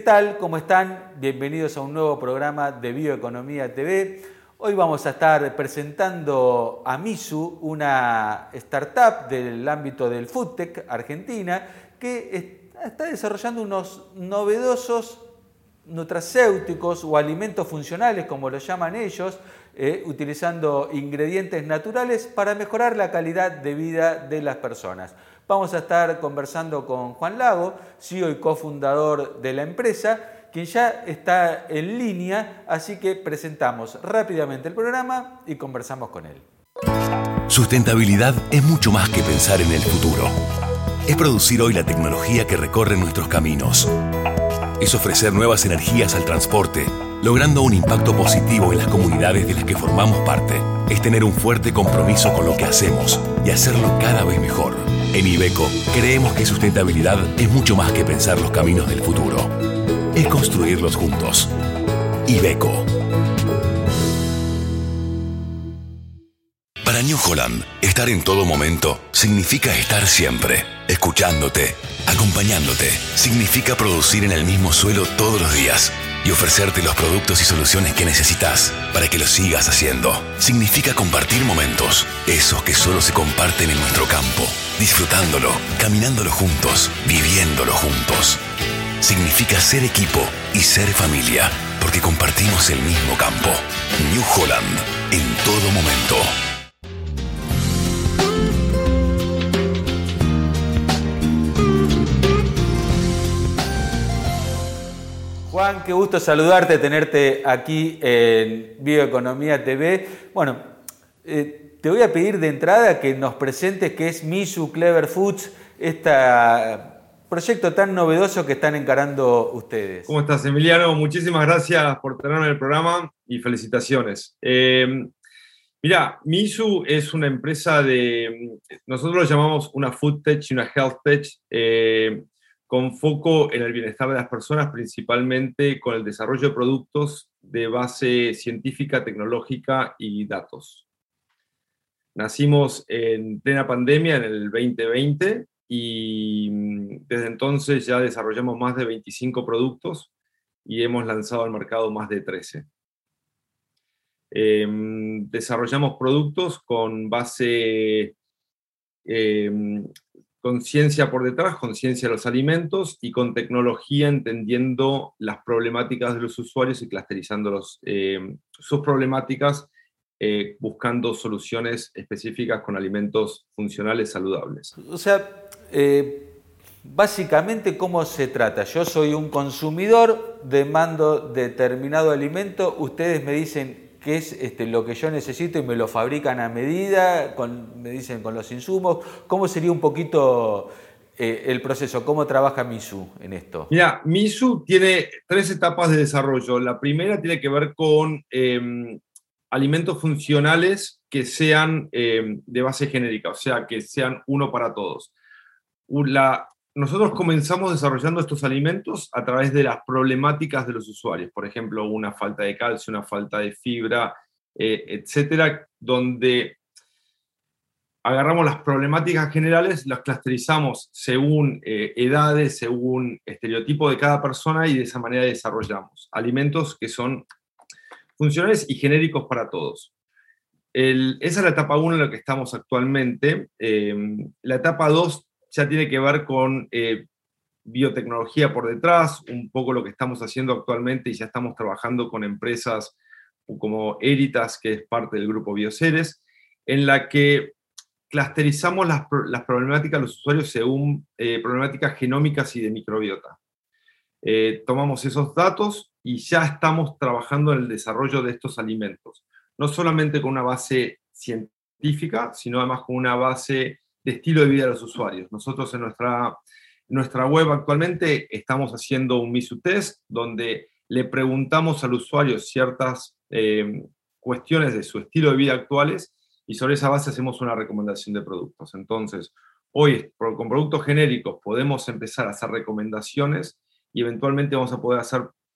tal? ¿Cómo están? Bienvenidos a un nuevo programa de Bioeconomía TV. Hoy vamos a estar presentando a Misu, una startup del ámbito del foodtech argentina que está desarrollando unos novedosos nutracéuticos o alimentos funcionales, como lo llaman ellos, utilizando ingredientes naturales para mejorar la calidad de vida de las personas. Vamos a estar conversando con Juan Lago, CEO y cofundador de la empresa, quien ya está en línea, así que presentamos rápidamente el programa y conversamos con él. Sustentabilidad es mucho más que pensar en el futuro. Es producir hoy la tecnología que recorre nuestros caminos. Es ofrecer nuevas energías al transporte, logrando un impacto positivo en las comunidades de las que formamos parte. Es tener un fuerte compromiso con lo que hacemos y hacerlo cada vez mejor. En Iveco, creemos que sustentabilidad es mucho más que pensar los caminos del futuro. Es construirlos juntos. Iveco. Para New Holland, estar en todo momento significa estar siempre, escuchándote, acompañándote. Significa producir en el mismo suelo todos los días y ofrecerte los productos y soluciones que necesitas para que lo sigas haciendo. Significa compartir momentos, esos que solo se comparten en nuestro campo, disfrutándolo, caminándolo juntos, viviéndolo juntos. Significa ser equipo y ser familia, porque compartimos el mismo campo. New Holland, en todo momento. Juan, qué gusto saludarte, tenerte aquí en Bioeconomía TV. Bueno, te voy a pedir de entrada que nos presentes qué es Misu Clever Foods, este proyecto tan novedoso que están encarando ustedes. ¿Cómo estás, Emiliano? Muchísimas gracias por tenerme en el programa y felicitaciones. Mira, Misu es una empresa nosotros lo llamamos una food tech y una health tech, con foco en el bienestar de las personas, principalmente con el desarrollo de productos de base científica, tecnológica y datos. Nacimos en plena pandemia en el 2020 y desde entonces ya desarrollamos más de 25 productos y hemos lanzado al mercado más de 13. Desarrollamos productos con base con ciencia por detrás, con ciencia de los alimentos y con tecnología entendiendo las problemáticas de los usuarios y clusterizando sus problemáticas, buscando soluciones específicas con alimentos funcionales saludables. O sea, básicamente, ¿cómo se trata? Yo soy un consumidor, demando determinado alimento, ustedes me dicen qué es lo que yo necesito y me lo fabrican a medida, me dicen con los insumos. ¿Cómo sería un poquito el proceso? ¿Cómo trabaja Misu en esto? Mira, Misu tiene 3 etapas de desarrollo. La primera tiene que ver con alimentos funcionales que sean de base genérica, o sea, que sean uno para todos. Nosotros comenzamos desarrollando estos alimentos a través de las problemáticas de los usuarios, por ejemplo, una falta de calcio, una falta de fibra, etcétera, donde agarramos las problemáticas generales, las clusterizamos según edades, según estereotipo de cada persona y de esa manera desarrollamos alimentos que son funcionales y genéricos para todos. Esa es la etapa 1 en la que estamos actualmente. La etapa 2 ya tiene que ver con biotecnología por detrás, un poco lo que estamos haciendo actualmente y ya estamos trabajando con empresas como Eritas, que es parte del grupo Bioceres, en la que clusterizamos las problemáticas de los usuarios según problemáticas genómicas y de microbiota. Tomamos esos datos y ya estamos trabajando en el desarrollo de estos alimentos, no solamente con una base científica, sino además con una base de estilo de vida de los usuarios. Nosotros en nuestra web actualmente estamos haciendo un Misu Test, donde le preguntamos al usuario ciertas cuestiones de su estilo de vida actuales y sobre esa base hacemos una recomendación de productos. Entonces, hoy con productos genéricos podemos empezar a hacer recomendaciones y eventualmente vamos a poder hacer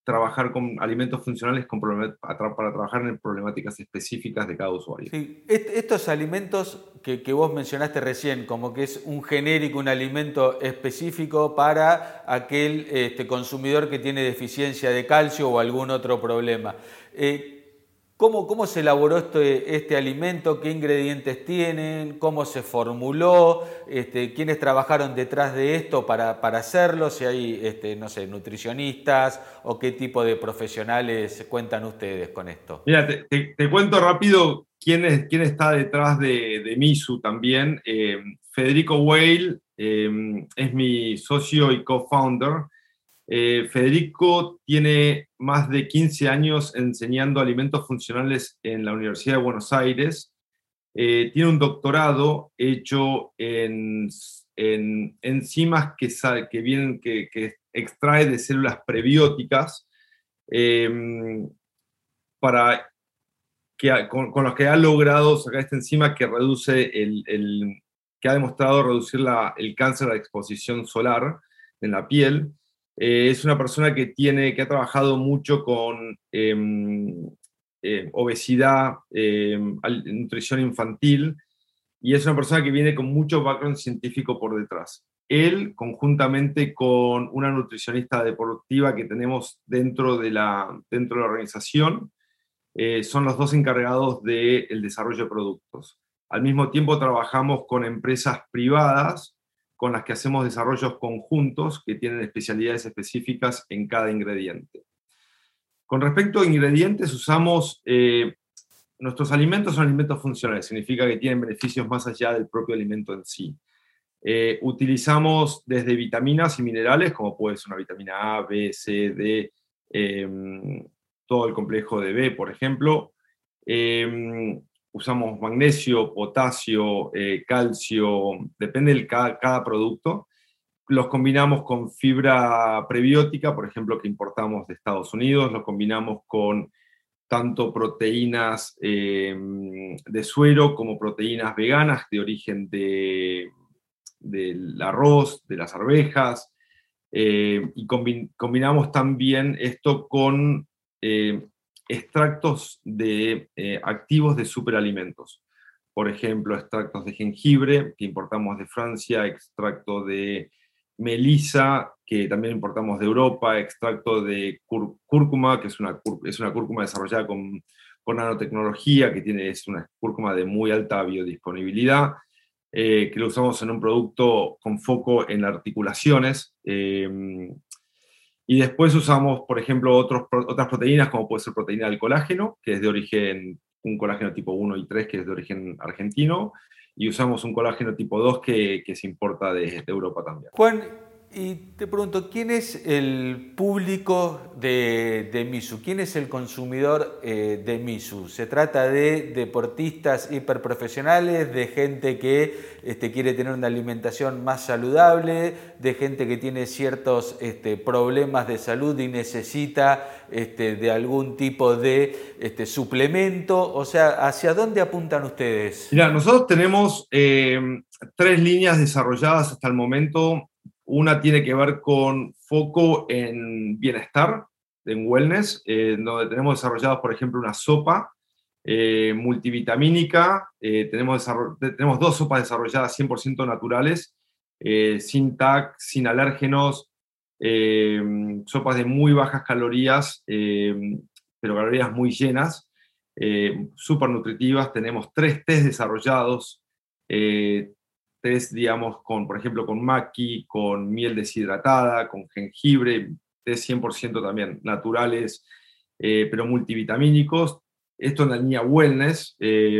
trabajar con alimentos funcionales para trabajar en problemáticas específicas de cada usuario. Sí, estos alimentos que vos mencionaste recién, como que es un genérico, un alimento específico para aquel consumidor que tiene deficiencia de calcio o algún otro problema. ¿Cómo se elaboró este alimento? ¿Qué ingredientes tienen? ¿Cómo se formuló? ¿Quiénes trabajaron detrás de esto para hacerlo? Si hay, no sé, nutricionistas o qué tipo de profesionales cuentan ustedes con esto. Mira, te cuento rápido quién está detrás de Misu también. Federico Weil es mi socio y co-founder. Federico tiene más de 15 años enseñando alimentos funcionales en la Universidad de Buenos Aires. Tiene un doctorado hecho en enzimas que extrae de células prebióticas con los que ha logrado sacar esta enzima que reduce que ha demostrado reducir el cáncer de exposición solar en la piel. Es una persona que ha trabajado mucho con obesidad, nutrición infantil, y es una persona que viene con mucho background científico por detrás. Él, conjuntamente con una nutricionista deportiva que tenemos dentro de la organización, son los dos encargados del desarrollo de productos. Al mismo tiempo trabajamos con empresas privadas con las que hacemos desarrollos conjuntos que tienen especialidades específicas en cada ingrediente. Con respecto a ingredientes, nuestros alimentos son alimentos funcionales, significa que tienen beneficios más allá del propio alimento en sí. Utilizamos desde vitaminas y minerales, como puede ser una vitamina A, B, C, D, todo el complejo de B, por ejemplo. Usamos magnesio, potasio, calcio, depende de cada producto. Los combinamos con fibra prebiótica, por ejemplo, que importamos de Estados Unidos. Los combinamos con tanto proteínas de suero como proteínas veganas de origen del arroz, de las arvejas. Y combinamos también esto con extractos de activos de superalimentos. Por ejemplo, extractos de jengibre, que importamos de Francia, extracto de melisa, que también importamos de Europa, extracto de cúrcuma, que es una cúrcuma desarrollada con nanotecnología, es una cúrcuma de muy alta biodisponibilidad, que lo usamos en un producto con foco en articulaciones. Y después usamos, por ejemplo, otras proteínas, como puede ser proteína del colágeno, que es de origen, un colágeno tipo 1 y 3, que es de origen argentino, y usamos un colágeno tipo 2 que se importa de Europa también. Juan, y te pregunto, ¿quién es el público de Misu? ¿Quién es el consumidor de Misu? ¿Se trata de deportistas hiperprofesionales, de gente que quiere tener una alimentación más saludable, de gente que tiene ciertos problemas de salud y necesita de algún tipo de suplemento? O sea, ¿hacia dónde apuntan ustedes? Mira, nosotros tenemos 3 líneas desarrolladas hasta el momento. Una tiene que ver con foco en bienestar, en wellness, donde tenemos desarrollados, por ejemplo, una sopa multivitamínica. Tenemos 2 sopas desarrolladas 100% naturales, sin TAC, sin alérgenos, sopas de muy bajas calorías, pero calorías muy llenas, súper nutritivas. Tenemos 3 tés desarrollados, tés, digamos, por ejemplo, con maqui, con miel deshidratada, con jengibre, tés 100% también naturales, pero multivitamínicos. Esto en la línea wellness.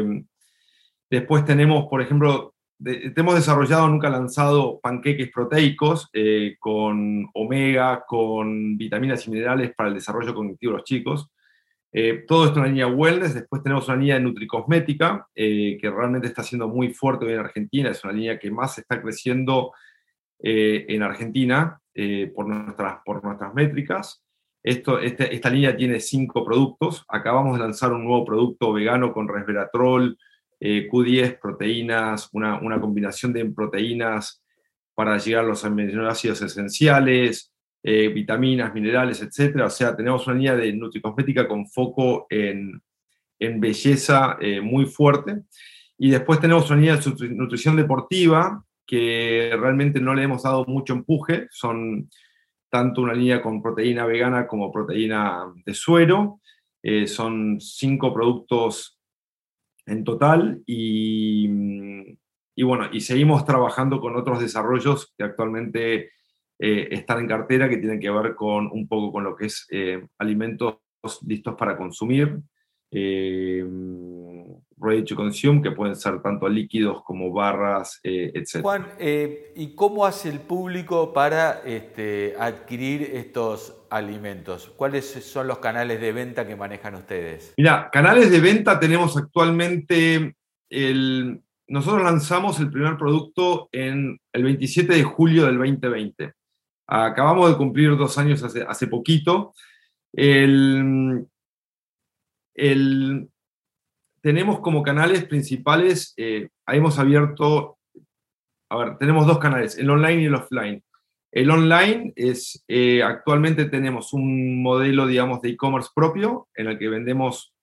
Después tenemos, por ejemplo, hemos desarrollado, nunca lanzado, panqueques proteicos con omega, con vitaminas y minerales para el desarrollo cognitivo de los chicos. Todo esto en la línea wellness. Después tenemos una línea de nutricosmética que realmente está siendo muy fuerte hoy en Argentina. Es una línea que más está creciendo en Argentina por nuestras métricas. Esta línea tiene 5 productos. Acabamos de lanzar un nuevo producto vegano con resveratrol, Q10, proteínas, una combinación de proteínas para llegar a los aminoácidos esenciales, vitaminas, minerales, etc. O sea, tenemos una línea de nutricosmética con foco en belleza muy fuerte. Y después tenemos una línea de nutrición deportiva que realmente no le hemos dado mucho empuje. Son tanto una línea con proteína vegana como proteína de suero. Son 5 productos en total y bueno, y seguimos trabajando con otros desarrollos que actualmente están en cartera, que tienen que ver con un poco con lo que es alimentos listos para consumir, ready to consume, que pueden ser tanto líquidos como barras, etc. Juan, ¿y cómo hace el público para adquirir estos alimentos? ¿Cuáles son los canales de venta que manejan ustedes? Mira, canales de venta tenemos actualmente, nosotros lanzamos el primer producto en el 27 de julio del 2020. Acabamos de cumplir 2 años hace poquito. Tenemos como canales principales, hemos abierto, tenemos 2 canales, el online y el offline. El online es, actualmente tenemos un modelo, digamos, de e-commerce propio, en el que vendemos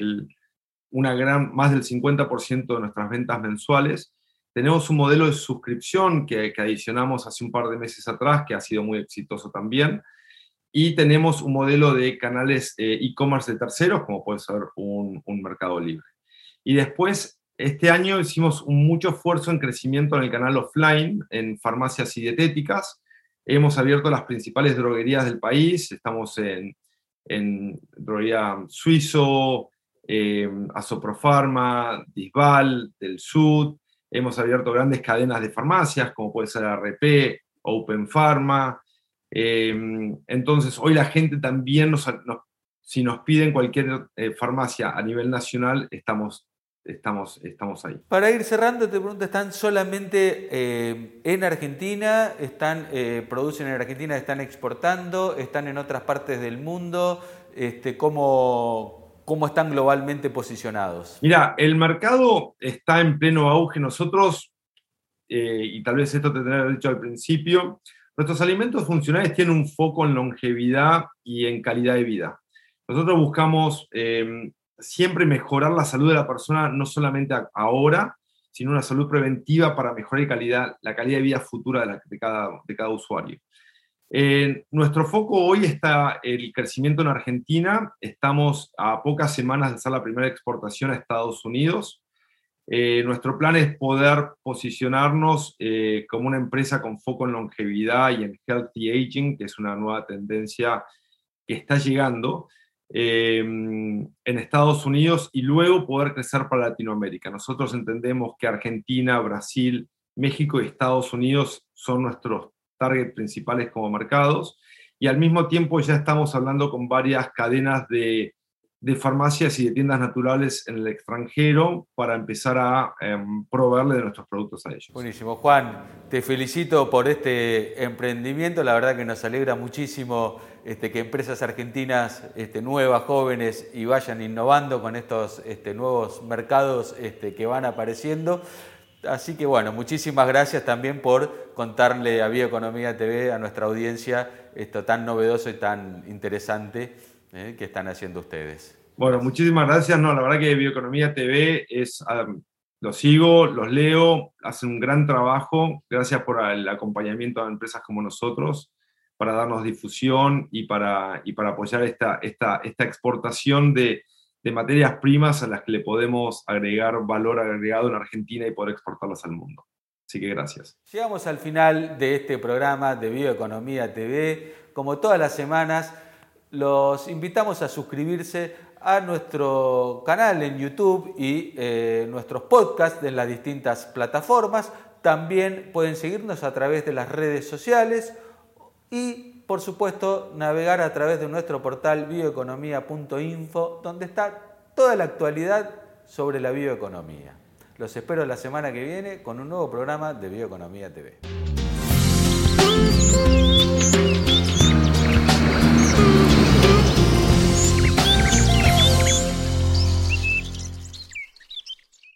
más del 50% de nuestras ventas mensuales. Tenemos un modelo de suscripción que adicionamos hace un par de meses atrás, que ha sido muy exitoso también. Y tenemos un modelo de canales e-commerce de terceros, como puede ser un Mercado Libre. Y después, este año hicimos mucho esfuerzo en crecimiento en el canal offline, en farmacias y dietéticas. Hemos abierto las principales droguerías del país. Estamos en Droguería Suizo, Asoprofarma, Disval, Del Sud. Hemos abierto grandes cadenas de farmacias, como puede ser RP, Open Pharma. Entonces, hoy la gente también, si nos piden cualquier farmacia a nivel nacional, estamos ahí. Para ir cerrando, te pregunto, ¿están solamente en Argentina? ¿Producen en Argentina? ¿Están exportando? ¿Están en otras partes del mundo? ¿Cómo están globalmente posicionados? Mira, el mercado está en pleno auge. Nosotros, y tal vez esto te tendría dicho al principio, nuestros alimentos funcionales tienen un foco en longevidad y en calidad de vida. Nosotros buscamos siempre mejorar la salud de la persona, no solamente ahora, sino una salud preventiva para mejorar la calidad de vida futura de cada usuario. Nuestro foco hoy está el crecimiento en Argentina. Estamos a pocas semanas de hacer la primera exportación a Estados Unidos. Nuestro plan es poder posicionarnos como una empresa con foco en longevidad y en healthy aging, que es una nueva tendencia que está llegando en Estados Unidos, y luego poder crecer para Latinoamérica. Nosotros entendemos que Argentina, Brasil, México y Estados Unidos son nuestros target principales como mercados, y al mismo tiempo ya estamos hablando con varias cadenas de farmacias y de tiendas naturales en el extranjero para empezar a proveerle de nuestros productos a ellos. Buenísimo. Juan, te felicito por este emprendimiento. La verdad que nos alegra muchísimo que empresas argentinas nuevas, jóvenes, y vayan innovando con estos nuevos mercados que van apareciendo. Así que bueno, muchísimas gracias también por contarle a Bioeconomía TV, a nuestra audiencia, esto tan novedoso y tan interesante que están haciendo ustedes. Bueno, muchísimas gracias. No, la verdad que Bioeconomía TV los sigo, los leo, hacen un gran trabajo. Gracias por el acompañamiento a empresas como nosotros para darnos difusión y para apoyar esta exportación de materias primas a las que le podemos agregar valor agregado en Argentina y poder exportarlas al mundo. Así que gracias. Llegamos al final de este programa de Bioeconomía TV. Como todas las semanas, los invitamos a suscribirse a nuestro canal en YouTube y nuestros podcasts en las distintas plataformas. También pueden seguirnos a través de las redes sociales y, por supuesto, navegar a través de nuestro portal bioeconomía.info, donde está toda la actualidad sobre la bioeconomía. Los espero la semana que viene con un nuevo programa de Bioeconomía TV.